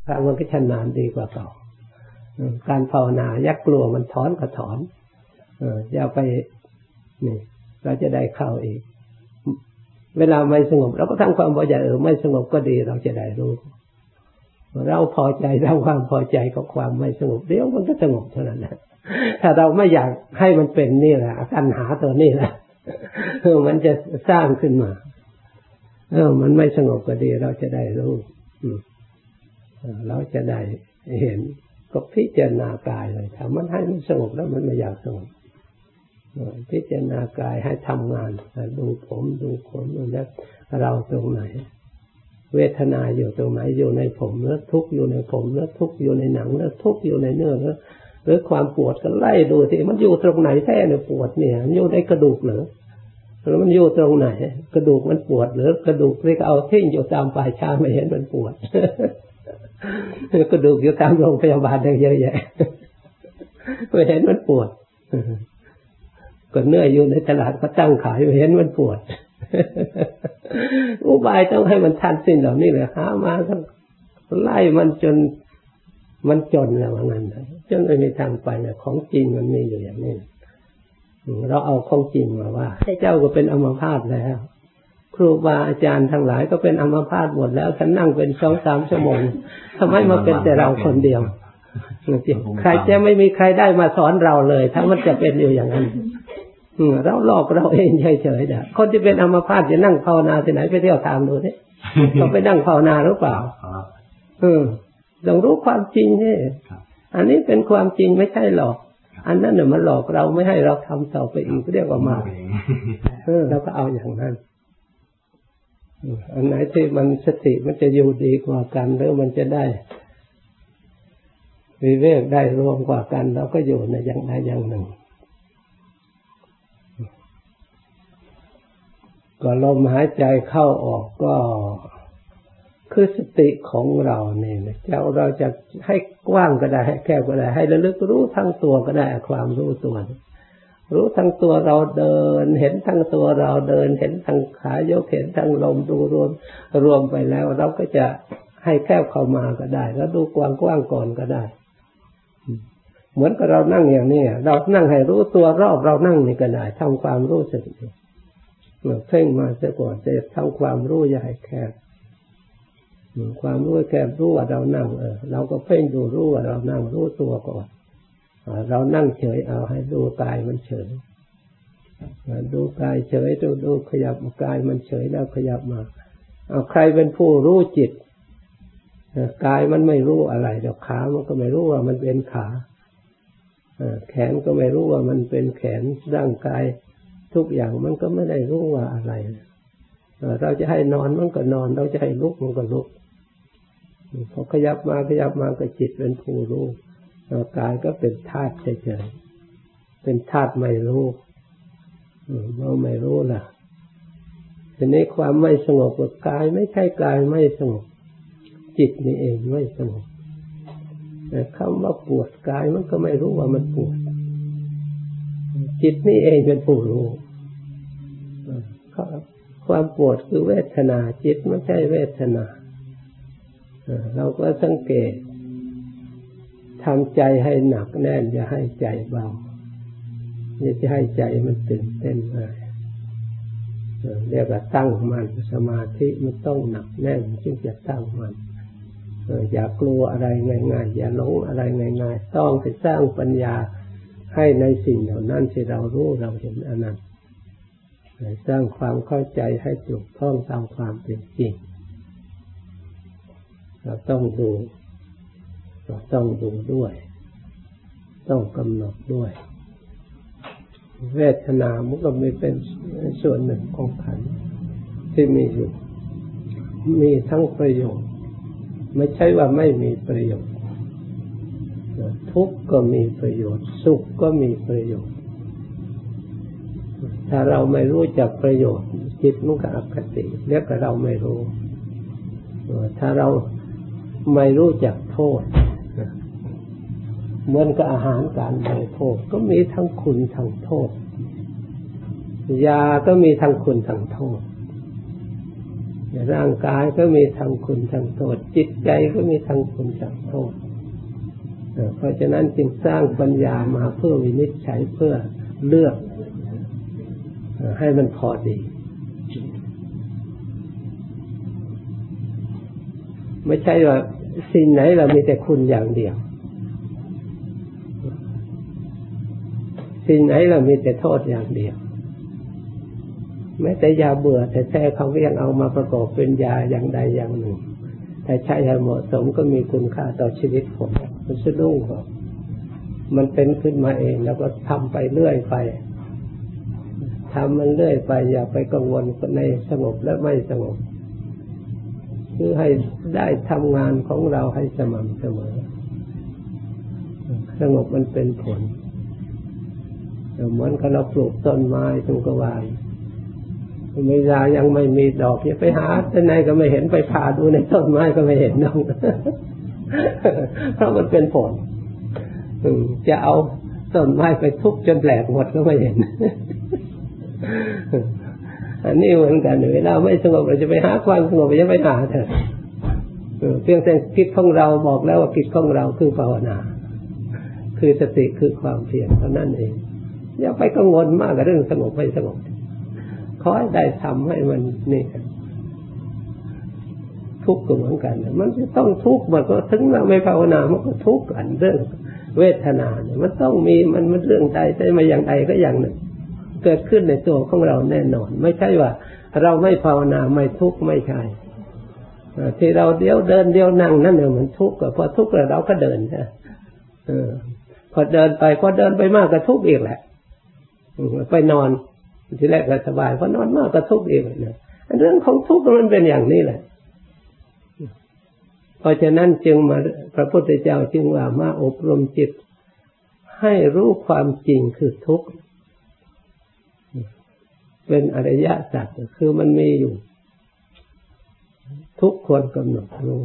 พระมันก็ชำนาญดีกว่าเก่าการภาวนายักกลัวมันถอนก็ถอนอย่าไปนี่เราจะได้เข้าอีกเวลาไม่สงบเราก็ทำความพอใจไม่สงบก็ดีเราจะได้รู้เราพอใจเราความพอใจกับความไม่สงบเดี๋ยวมันก็สงบเท่านั้นนะถ้าเราไม่อยากให้มันเป็นนี่แหละตัณหาตัวนี้แหละมันจะสร้างขึ้นมามันไม่สงบก็ดีเราจะได้รู้เราจะได้เห็นก็พิจารณากายเลยถ้ามันให้มันสงบแล้วมันไม่อยากสงบพิจารณากายให้ทำงานดูผมดูขนดูเล็บเราตรงไหนเวทนาอยู่ตรงไหนอยู่ในผมแล้วทุกข์อยู่ในผมแล้วทุกข์อยู่ในหนังแล้วทุกข์อยู่ในเนื้อแล้วหรือความปวดก็ไล่ดูที่มันอยู่ตรงไหนแท้เนี่ยปวดเนี่ยมันอยู่ในกระดูกเหรอแล้วมันอยู่ตรงไหนกระดูกมันปวดหรือกระดูกที่เอาทิ้งอยู่ตามป่าช้าไม่เห็นมันปวดกระดูกอยู่ตามโรงพยาบาลได้เยอะแยะไม่เห็นมันปวดก็เนื้ออยู่ในตลาดก็ตั้งขายไม่เห็นมันปวดอุบายต้องให้มันทันสิ้นเหล่านี้เลยหามาต้องไล่มันจนมันจนแล้วว่างั้นจนไม่มีทางไปนะของจริงมันมีอยู่อย่างนี้เราเอาของจริงมาว่าให้เจ้าก็เป็นอัมพาตแล้วครูบาอาจารย์ทั้งหลายก็เป็นอัมพาตหมดแล้วฉันนั่งเป็น 2-3 ชั่วโมงทำไมมาเป็นแต่เราคนเดียวใครจะไม่มีใครได้มาสอนเราเลยถ้ามันจะเป็นอยู่อย่างนั้นเราหลอกเราเองเฉยๆนะคนที่เป็นอัมพาตจะนั่งภาวนาที่ไหนไปเที่ยวถามดูนี่เขาไปนั่งภาวนาหรือเปล่าต้องรู้ความจริงนี่อันนี้เป็นความจริงไม่ใช่หรอกอันนั้นเนี่ยมันหลอกเราไม่ให้เราทำต่อไปอีกเรียกว่ามาเราก็เอาอย่างนั้นอันไหนที่มันสติมันจะอยู่ดีกว่ากันหรือมันจะได้วิเวกได้รวมกว่ากันเราก็อยู่ในอย่างใดอย่างหนึ่งก็ลมหายใจเข้าออกก็คือสติของเราเนี่ยเราจะให้กว้างก็ได้ให้แคบก็ได้ให้ระลึกรู้ทั้งตัวก็ได้ความรู้ตัวรู้ทั้งตัวเราเดินเห็นทั้งตัวเราเดินเห็นทั้งขายกเห็นทั้งลมดูรวมไปแล้วเราก็จะให้แคบเข้ามาก็ได้แล้วดูกว้างก่อนก็ได้เหมือนกับเรานั่งอย่างนี้เรานั่งให้รู้ตัวรอบเรานั่งนี่ก็ได้ทำความรู้สึกเพ่งมาเสียก่อนจะทำความรู้อย่าให้แคบความรู้แคบรู้ว่าเรานั่งเราก็เพ่งดูรู้ว่าเรานั่งรู้ตัวก่อนเรานั่งเฉยเอาให้ดูกายมันเฉยดูกายเฉยดูขยับกายมันเฉยแล้วขยับมาเอาใครเป็นผู้รู้จิตกายมันไม่รู้อะไรเดี๋ยวขามันก็ไม่รู้ว่ามันเป็นขาแขนก็ไม่รู้ว่ามันเป็นแขนร่างกายทุกอย่างมันก็ไม่ได้รู้ว่าอะไรเราจะให้นอนมันก็นอนเราจะให้ลุกมันก็ลุกพอขยับมาก็จิตเป็นผู้รู้กายก็เป็นธาตุเฉยๆเป็นธาตุไม่รู้เราไม่รู้ล่ะทีนี้ความไม่สงบกับกายไม่ใช่กายไม่สงบจิตนี่เองไม่สงบแต่คำว่าปวดกายมันก็ไม่รู้ว่ามันปวดจิตนี่เองเป็นผู้รู้ความปวดคือเวทนาจิตไม่ใช่เวทนาเราก็สังเกตทำใจให้หนักแน่นอย่าให้ใจเบาอย่าให้ใจมันตื่นเต้นเลยเรียกว่าตั้งมั่นสมาธิมันต้องหนักแน่นจึงจะตั้งมั่นอย่ากลัวอะไรง่ายๆอย่าหลงอะไรง่ายๆต้องไปสร้างปัญญาให้ในสิ่งเหล่านั้นที่เรารู้เราเห็นอันนั้นสร้างความเข้าใจให้ถูกต้องตามความเป็นจริงเราต้องดูด้วยต้องกำหนดด้วยเวทนามันก็ไม่เป็นส่วนหนึ่งของขันธ์ที่มีอยู่มีทั้งประโยชน์ไม่ใช่ว่าไม่มีประโยชน์ทุกข์ก็มีประโยชน์สุขก็มีประโยชน์ถ้าเราไม่รู้จักประโยชน์จิตมันก็อคติเรียกว่าเราไม่รู้ถ้าเราไม่รู้จักโทษเหมือนกับอาหารการบริโภคก็มีทั้งคุณทั้งโทษยาก็มีทั้งคุณทั้งโทษร่างกายก็มีทั้งคุณทั้งโทษจิตใจก็มีทั้งคุณทั้งโทษเพราะฉะนั้นจึงสร้างปัญญามาเพื่อวินิจฉัยเพื่อเลือกให้มันพอดีไม่ใช่ว่าสิ่งไหนเรามีแต่คุณอย่างเดียวสิ่งไหนเรามีแต่โทษอย่างเดียวแม้แต่ยาเบื่อแต่แท้เขาก็ยังเอามาประกอบเป็นยาอย่างใดอย่างหนึ่งแต่ใช้ให้เหมาะสมก็มีคุณค่าต่อชีวิตผมมันสะดุ้งครับมันเป็นขึ้นมาเองแล้วก็ทำไปเรื่อยไปทำมันเรื่อยไปอย่าไปกังวลในสงบและไม่สงบคือให้ได้ทำงานของเราให้สม่ำเสมอสงบมันเป็นผลเหมือนกับเราปลูกต้นไม้ตรงกวางเวลายังไม่มีดอกอย่าไปหาที่ไหนก็ไม่เห็นไปผ่าดูในต้นไม้ก็ไม่เห็นน้องเพราะมันเป็นผลจะเอาต้นไม้ไปทุบจนแหลกหมดก็ไม่เห็นอันนี้เหมือนกันเวลาไม่สงบเราจะไปหาความสงบจะไปหาเถอะเพียงแต่กิจของเราบอกแล้วว่ากิจของเราคือภาวนาคือสติคือความเพียรเท่านั้นเองอย่าไปกังวลมากกับเรื่องสงบไม่สงบขอให้ได้ทำให้มันนี่ทุกข์ก็เหมือนกันมันจะต้องทุกข์มันก็ถึงเราไม่ภาวนามันก็ทุกข์กันเรื่องเวทนาเนี่ยมันต้องมีมันเรื่องใดใช่ไหมอย่างใดก็อย่างหนึ่งเกิดขึ้นในตัวของเราแน่นอนไม่ใช่ว่าเราไม่ภาวนาไม่ทุกข์ไม่ใช่ที่เราเดี๋ยวเดินเดี๋ยวนั่งนั่นเนี่ยมันทุกข์พอทุกข์แล้วเราก็เดินใช่พอเดินไปมากก็ทุกข์อีกแหละไปนอนทีแรกก็สบายพอนอนมากก็ทุกข์อีกเนี่ยเรื่องของทุกข์มันเป็นอย่างนี้แหละเพราะฉะนั้นจึงมาพระพุทธเจ้าจึงว่ามาอบรมจิตให้รู้ความจริงคือทุกข์เป็นอริยสัจคือมันมีอยู่ทุกคนกำหนดรู้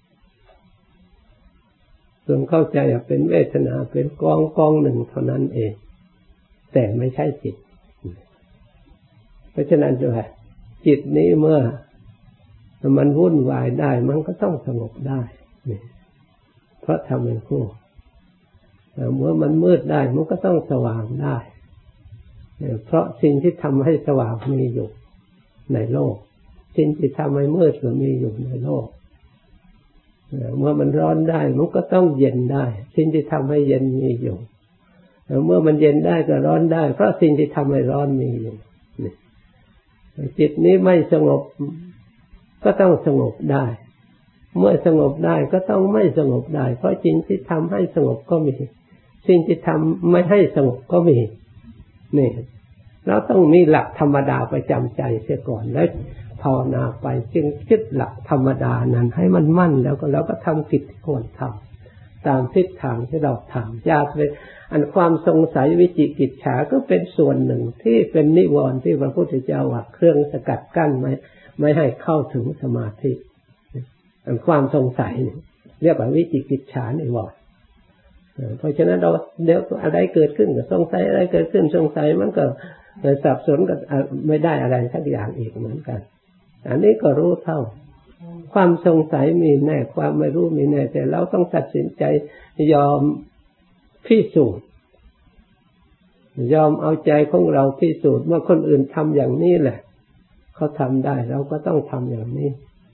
ส่วนเข้าใจเป็นเวทนาเป็นกองหนึ่งเท่านั้นเองแต่ไม่ใช่จิตเพราะฉะนั้นด้วยจิตนี้เมื่อมันวุ่นวายได้มันก็ต้องสงบได้เพราะทำเป็นคู่เมื่อมันมืดได้มันก็ต้องสว่างได้เพราะสิ่งที่ทำให้สว่างมีอยู่ในโลกสิ่งที่ทำให้มืดก็มีอยู่ในโลกเมื่อมันร้อนได้มันก็ต้องเย็นได้สิ่งที่ทำให้เย็นมีอยู่เมื่อมันเย็นได้ก็ร้อนได้เพราะสิ่งที่ทำให้ร้อนมีอยู่จิตนี้ไม่สงบก็ต้องสงบได้เมื่อสงบได้ก็ต้องไม่สงบได้เพราะสิ่งที่ทำให้สงบก็มีสิ่งที่ทำไม่ให้สงบก็มีนี่เราต้องมีหลักธรรมดาประจำใจเสียก่อนแล้วภาวนาไปจึงคิดหลักธรรมดานั้นให้มันมั่นแล้วก็เราก็ทำกิจที่ควรทำตามทิศทางที่เราทำอย่าไปอันความสงสัยวิจิกิจฉาก็เป็นส่วนหนึ่งที่เป็นนิวรณ์ที่พระพุทธเจ้าว่าเครื่องสกัดกั้นไม่ให้เข้าถึงสมาธิอันความสงสัยเรียกว่าวิจิกิจฉานิวรณ์เพราะฉะนั้นเราเดี๋ยวอะไรเกิดขึ้นก็สงสัยอะไรเกิดขึ้นสงสัยมันก็สับสนกับไม่ได้อะไรสักอย่างอีกเหมือนกันอันนี้ก็รู้เท่าความสงสัยมีแน่ความไม่รู้มีแน่แต่เราต้องตัดสินใจยอมพิสูจน์ยอมเอาใจของเราพิสูจน์ว่าคนอื่นทำอย่างนี้แหละเขาทำได้เราก็ต้องทำอย่างนี้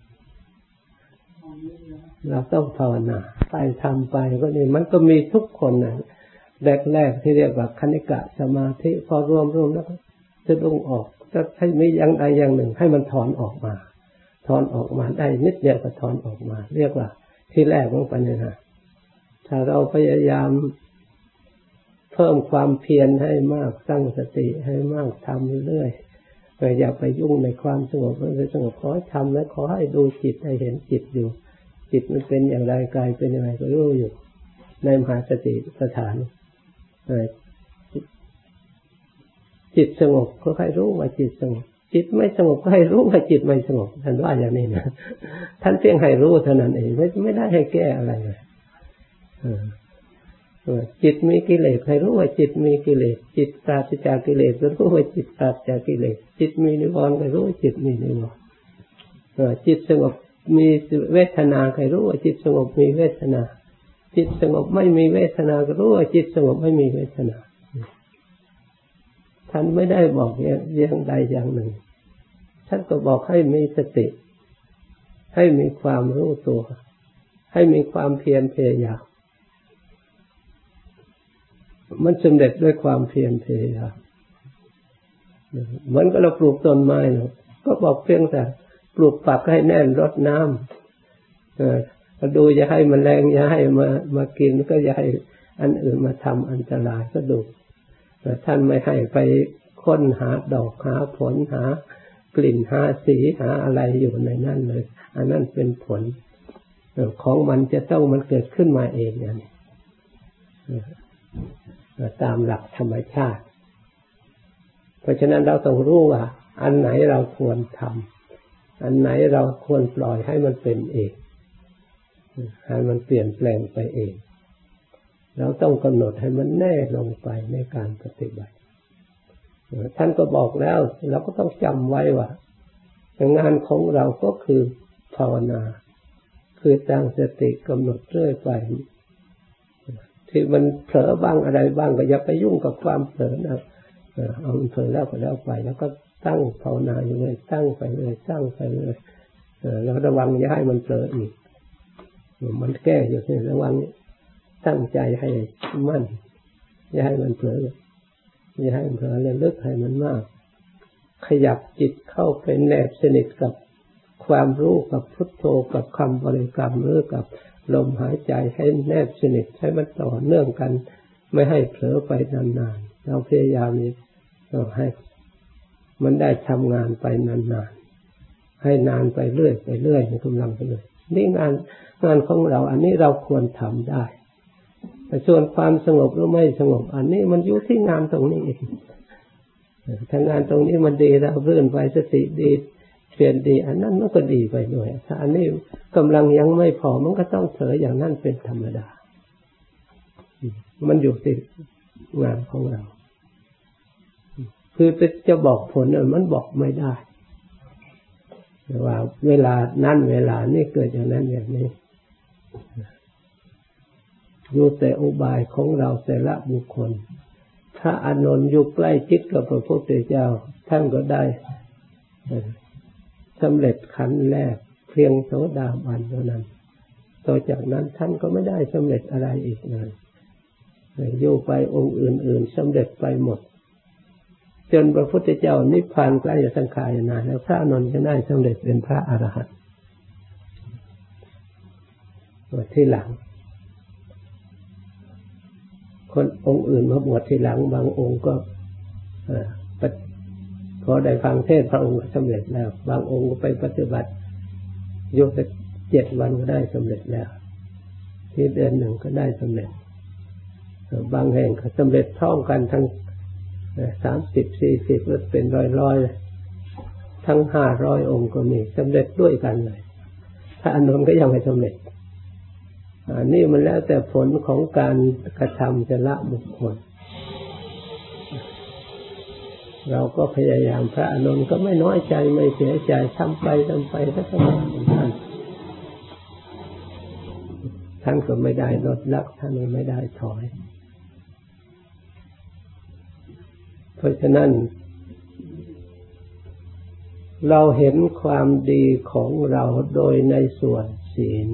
เราต้องภาวนาไปทำไปก็นี่มันก็มีทุกคนนะแรกๆที่เรียกว่าคณิกะสมาธิพอรวมแล้วก็จะลงออกจะให้มีอย่างใดอย่างหนึ่งให้มันถอนออกมาได้นิดเดียวก็ถอนออกมาเรียกว่าที่แรกของปัญญาถ้าเราพยายามเพิ่มความเพียรให้มากตั้งสติให้มากทำเรื่อยๆอย่าไปยุ่งในความสงบมันจะสงบขอให้ทำและขอให้ดูจิตให้เห็นจิตอยู่จิตมันเป็นอย่างไรกายเป็นอย่างไรก็รู้อยู่ในมหาสติสถานจิตสงบก็ให้รู้ว่าจิตสงบจิตไม่สงบก็ให้รู้ว่าจิตไม่สงบท่านว่าอย่างนี้นะท่านเพียงให้รู้เท่านั้นเองไม่ได้ให้แก้อะไรเลยจิตมีกิเลสให้รู้ว่าจิตมีกิเลสจิตปราศจากกิเลสก็รู้ว่าจิตปราศจากกิเลสจิตมีนิวรณ์ก็รู้ว่าจิตมีนิวรณ์จิตสงบมีเวทนาใครรู้ว่าจิตสงบมีเวทนาจิตสงบไม่มีเวทนาก็รู้ว่าจิตสงบไม่มีเวทนาท่านไม่ได้บอกอย่างใดอย่างหนึ่งท่านก็บอกให้มีสติให้มีความรู้ตัวให้มีความเพียรพยายามมันสำเร็จด้วยความเพียรพยายามเหมือนกับเราปลูกต้นไม้ก็บอกเพียงแต่ปลูกฝักให้แน่นรดน้ำดูอย่าให้แมลงอย่าให้มากินก็อย่าให้อันอื่นมาทำอันตรายก็ดูท่านไม่ให้ไปค้นหาดอกหาผลหากลิ่นหาสีหาอะไรอยู่ในนั้นเลยอันนั้นเป็นผลของมันจะต้องมันเกิดขึ้นมาเองอย่างนี้ตามหลักธรรมชาติเพราะฉะนั้นเราต้องรู้ว่าอันไหนเราควรทำอันไหนเราควรปล่อยให้มันเป็นเองให้มันเปลี่ยนแปลงไปเองเราต้องกำหนดให้มันแน่ลงไปในการปฏิบัติท่านก็บอกแล้วเราก็ต้องจำไว้ว่างานของเราก็คือภาวนาคือตั้งสติกำหนดเรื่อยไปที่มันเผลอบ้างอะไรบ้างก็อย่าไปยุ่งกับความเผลอนะเอามันเผลอแล้วก็แล้วไปแล้วก็ตั้งภาวนาอยู่เลยตั้งไปเลยตั้งไปเลยแล้วระวังอย่าให้มันเผลออีกมันแก้อยู่นี่ระวังตั้งใจให้มั่นอย่าให้มันเผลออย่าให้มันเผลอเลยลึกให้มันมากขยับจิตเข้าไปแนบสนิทกับความรู้กับพุทโธกับคำบริกรรมหรือกับลมหายใจให้แนบสนิทให้มันต่อเนื่องกันไม่ให้เผลอไปนานๆเราพยายามนี้ให้มันได้ทำงานไปนานๆให้นานไปเรื่อยไปเรื่อยในกำลังไปเลยนี่งานของเราอันนี้เราควรทำได้แต่ส่วนความสงบหรือไม่สงบอันนี้มันอยู่ที่งานตรงนี้เองถ้างานตรงนี้มันดีเราเรื่อนไปสติดีเปลี่ยนดีอันนั้นมันก็ดีไปด้วยถ้าอันนี้กำลังยังไม่พอมันก็ต้องเผลออย่างนั้นเป็นธรรมดามันอยู่ที่งานของเราคือจะบอกผลมันบอกไม่ได้ว่าเวลานั้นเวลานี้เกิดอย่างนั้นอย่างนี้อยู่แต่อุบายของเราแต่ละบุคคลถ้าอานนท์อยู่ใกล้ชิดกับพระพุทธเจ้าท่านก็ได้สำเร็จขั้นแรกเพียงโสดาบันเท่านั้นต่อจากนั้นท่านก็ไม่ได้สำเร็จอะไรอีกเลยอยู่ไปองค์อื่นๆสำเร็จไปหมดจนพระพุทธเจ้านิพพานใกล้จะสังขารนานแล้วพระอานนท์ก็ได้สำเร็จเป็นพระอรหันต์ที่หลังคนองค์อื่นมาบวชทีหลังบางองค์ก็พอได้ฟังเทศน์พระองค์สำเร็จแล้วบางองค์ก็ไปปฏิบัติยก7 วันก็ได้สำเร็จแล้วที่เดือนหนึ่งก็ได้สำเร็จบางแห่งก็สำเร็จพร้อมกันทั้ง30-40แล้วเป็นร้อยๆทั้ง500 องค์ก็มีสำเร็จด้วยกันเลยถ้าอานนท์ก็ยังไม่สำเร็จนี่มันแล้วแต่ผลของการกระทำแต่ละบุคคลเราก็พยายามพระอานนท์ก็ไม่น้อยใจไม่เสียใจทำไปก็สำเร็จของท่านก็ไม่ได้ลดละท่านไม่ได้ถอยเพราะฉะนั้นเราเห็นความดีของเราโดยในส่วนศีล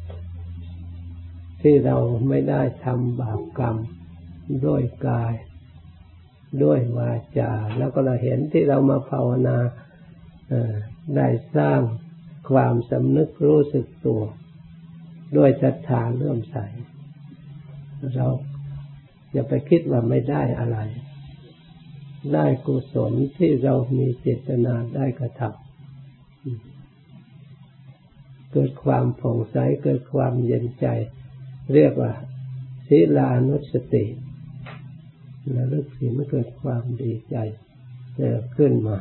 ที่เราไม่ได้ทำบาปกรรมด้วยกายด้วยวาจาแล้วก็เราเห็นที่เรามาภาวนาได้สร้างความสำนึกรู้สึกตัวด้วยศรัทธาเลื่อมใสเราอย่าไปคิดว่าไม่ได้อะไรได้กุศลที่เรามีเจตนาได้กระทำเกิดความผ่องใสเกิดความเย็นใจเรียกว่าศีลานุสติระลึกถึงเกิดความดีใจขึ้นมา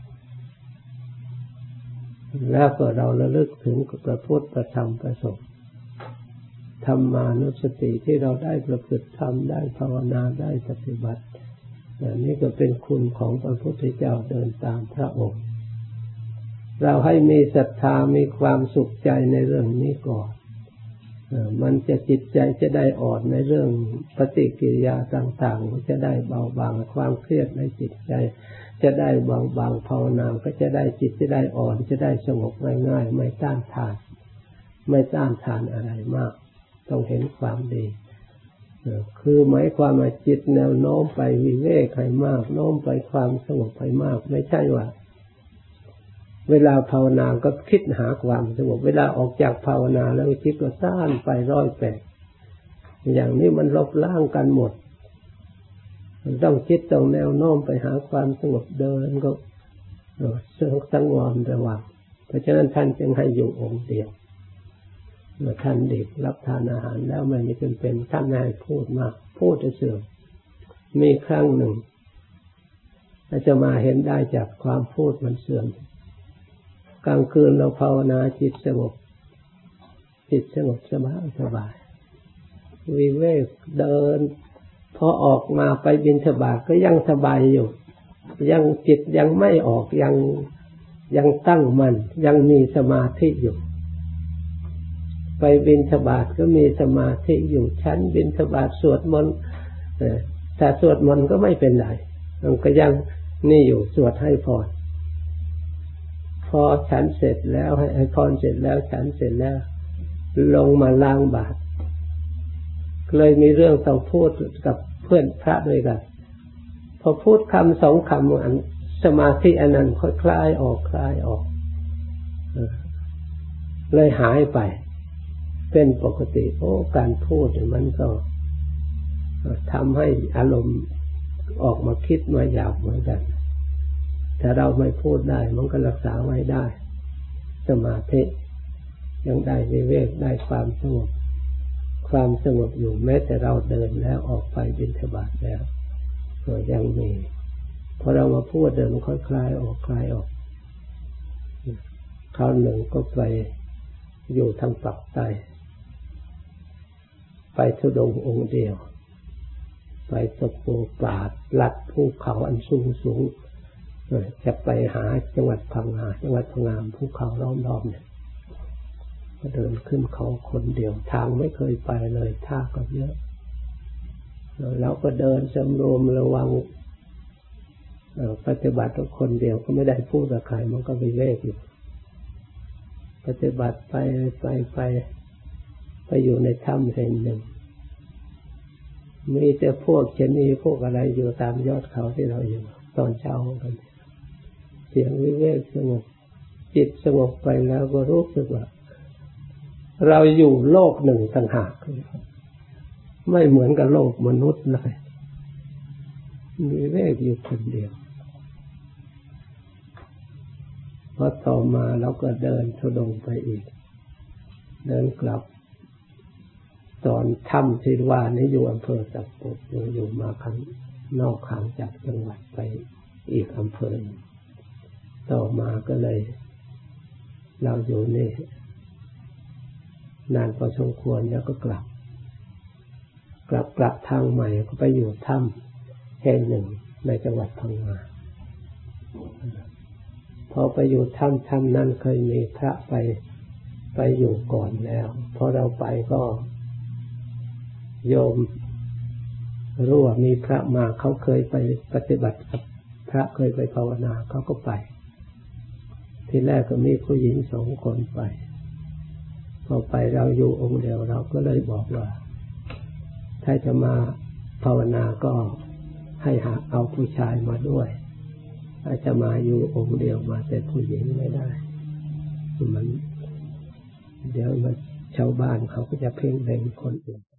แล้วก็เราระลึกถึงพระพุทธพระธรรมพระสงฆ์ธรรมานุสติที่เราได้ประพฤติทำได้ภาวนาได้ปฏิบัตินี่ก็เป็นคุณของพระพุทธเจ้าเดินตามพระองค์เราให้มีศรัทธามีความสุขใจในเรื่องนี้ก่อนมันจะจิตใจจะได้อ่อนในเรื่องปฏิกิริยาต่างๆมันจะได้เบาบางความเครียดในจิตใจจะได้เบาบางภาวนาก็จะได้จิตจะได้อ่อนจะได้สงบง่ายๆไม่ต้านทานอะไรมากต้องเห็นความดีคือหมายความว่าจิตแนวโน้มไปวิเวกให้มากโน้มไปความสงบให้มากไม่ใช่ว่าเวลาภาวนาก็คิดหาความสงบเวลาออกจากภาวนาแล้วคิดก็ซ่านไป180อย่างนี้มันลบล้างกันหมดมันต้องคิดตรงแนวโน้มไปหาความสงบเดินก็สังวรระวังเพราะฉะนั้นท่านจึงให้อยู่องค์เดียวเมื่อท่านเด็กรับทานอาหารแล้วไม่มีจำเป็นท่านให้พูดมากพูดเสื่อมมีครั้งหนึ่งอาจจะมาเห็นได้จากความพูดมันเสื่อมกลางคืนเราภาวนาจิตสงบสบายวิเวกเดินพอออกมาไปบิณฑบาตก็ยังสบายอยู่ยังจิตยังไม่ออกยังตั้งมั่นยังมีสมาธิอยู่ไปบิณฑบาตก็มีสมาธิอยู่ชั้นบิณฑบาตสวดมนต์ถ้าสวดมนต์ก็ไม่เป็นไรมันก็ยังนี่อยู่สวดให้พรพอฉันเสร็จแล้วให้พรเสร็จแล้วฉันเสร็จแล้วลงมาล้างบาตรเลยมีเรื่องต้องพูดกับเพื่อนพระด้วยกันพอพูดคำ2 คำอันสมาธิอันนั้นค่อยคลายออกเลยหายไปเป็นปกติการพูดมันก็ทำให้อารมณ์ออกมาคิดมาหยาบเหมือนกันถ้าเราไม่พูดได้มันก็รักษาไว้ได้สมาธิยังได้วิเวกได้ความสงบอยู่แม้แต่เราเดินแล้วออกไปบิณฑบาตแล้วก็ยังมีพอเรามาพูดเดินมันค่อยคลายออกคราวหนึ่งก็ไปอยู่ทางปากใต้ไปธุดงค์องค์เดียวไปตะปูป่าลัดภูเขาอันสูงจะไปหาจังหวัดพังงาภูเขาล้อมเนี่ยก็เดินขึ้นเขาคนเดียวทางไม่เคยไปเลยท่าก็เยอะแล้วก็เดินสำรวมระวังปฏิบัติคนเดียวก็ไม่ได้พูดกับใครมันก็วิเวกอยู่ปฏิบัติไปอยู่ในถ้ำแห่งหนึ่งมีแต่พวกชนีพวกอะไรอยู่ตามยอดเขาที่เราอยู่ตอนเช้ากันเสียงวิเวกสงบจิตสงบไปแล้วก็รู้สึกว่าเราอยู่โลกหนึ่งต่างหากไม่เหมือนกับโลกมนุษย์เลยวิเวกอยู่คนเดียวพอต่อมาเราก็เดินธุดงค์ไปอีกเดินกลับตอนถ้ำที่ว่านี้อยู่อำเภอสัปปะอยู่มาข้างนอกห่างจากจังหวัดไปอีกอำเภอต่อมาก็เลยเราอยู่นี่นานพอสมควรแล้วก็กลับทางใหม่ก็ไปอยู่ถ้ำแห่งหนึ่งในจังหวัดพังงาพอไปอยู่ถ้ำนั้นเคยมีพระไปอยู่ก่อนแล้วพอเราไปก็โยมรู้ว่ามีพระมาเขาเคยไปปฏิบัติกับพระเคยไปภาวนาเขาก็ไปทีแรกก็มีผู้หญิง2 คนไปพอไปเราอยู่องค์เดียวเราก็เลยบอกว่าถ้าจะมาภาวนาก็ให้หาเอาผู้ชายมาด้วยอาจจะมาอยู่องค์เดียวมาแต่ผู้หญิงไม่ได้มันเดี๋ยวมันชาวบ้านเขาก็จะเพ่งเล็งคนอื่น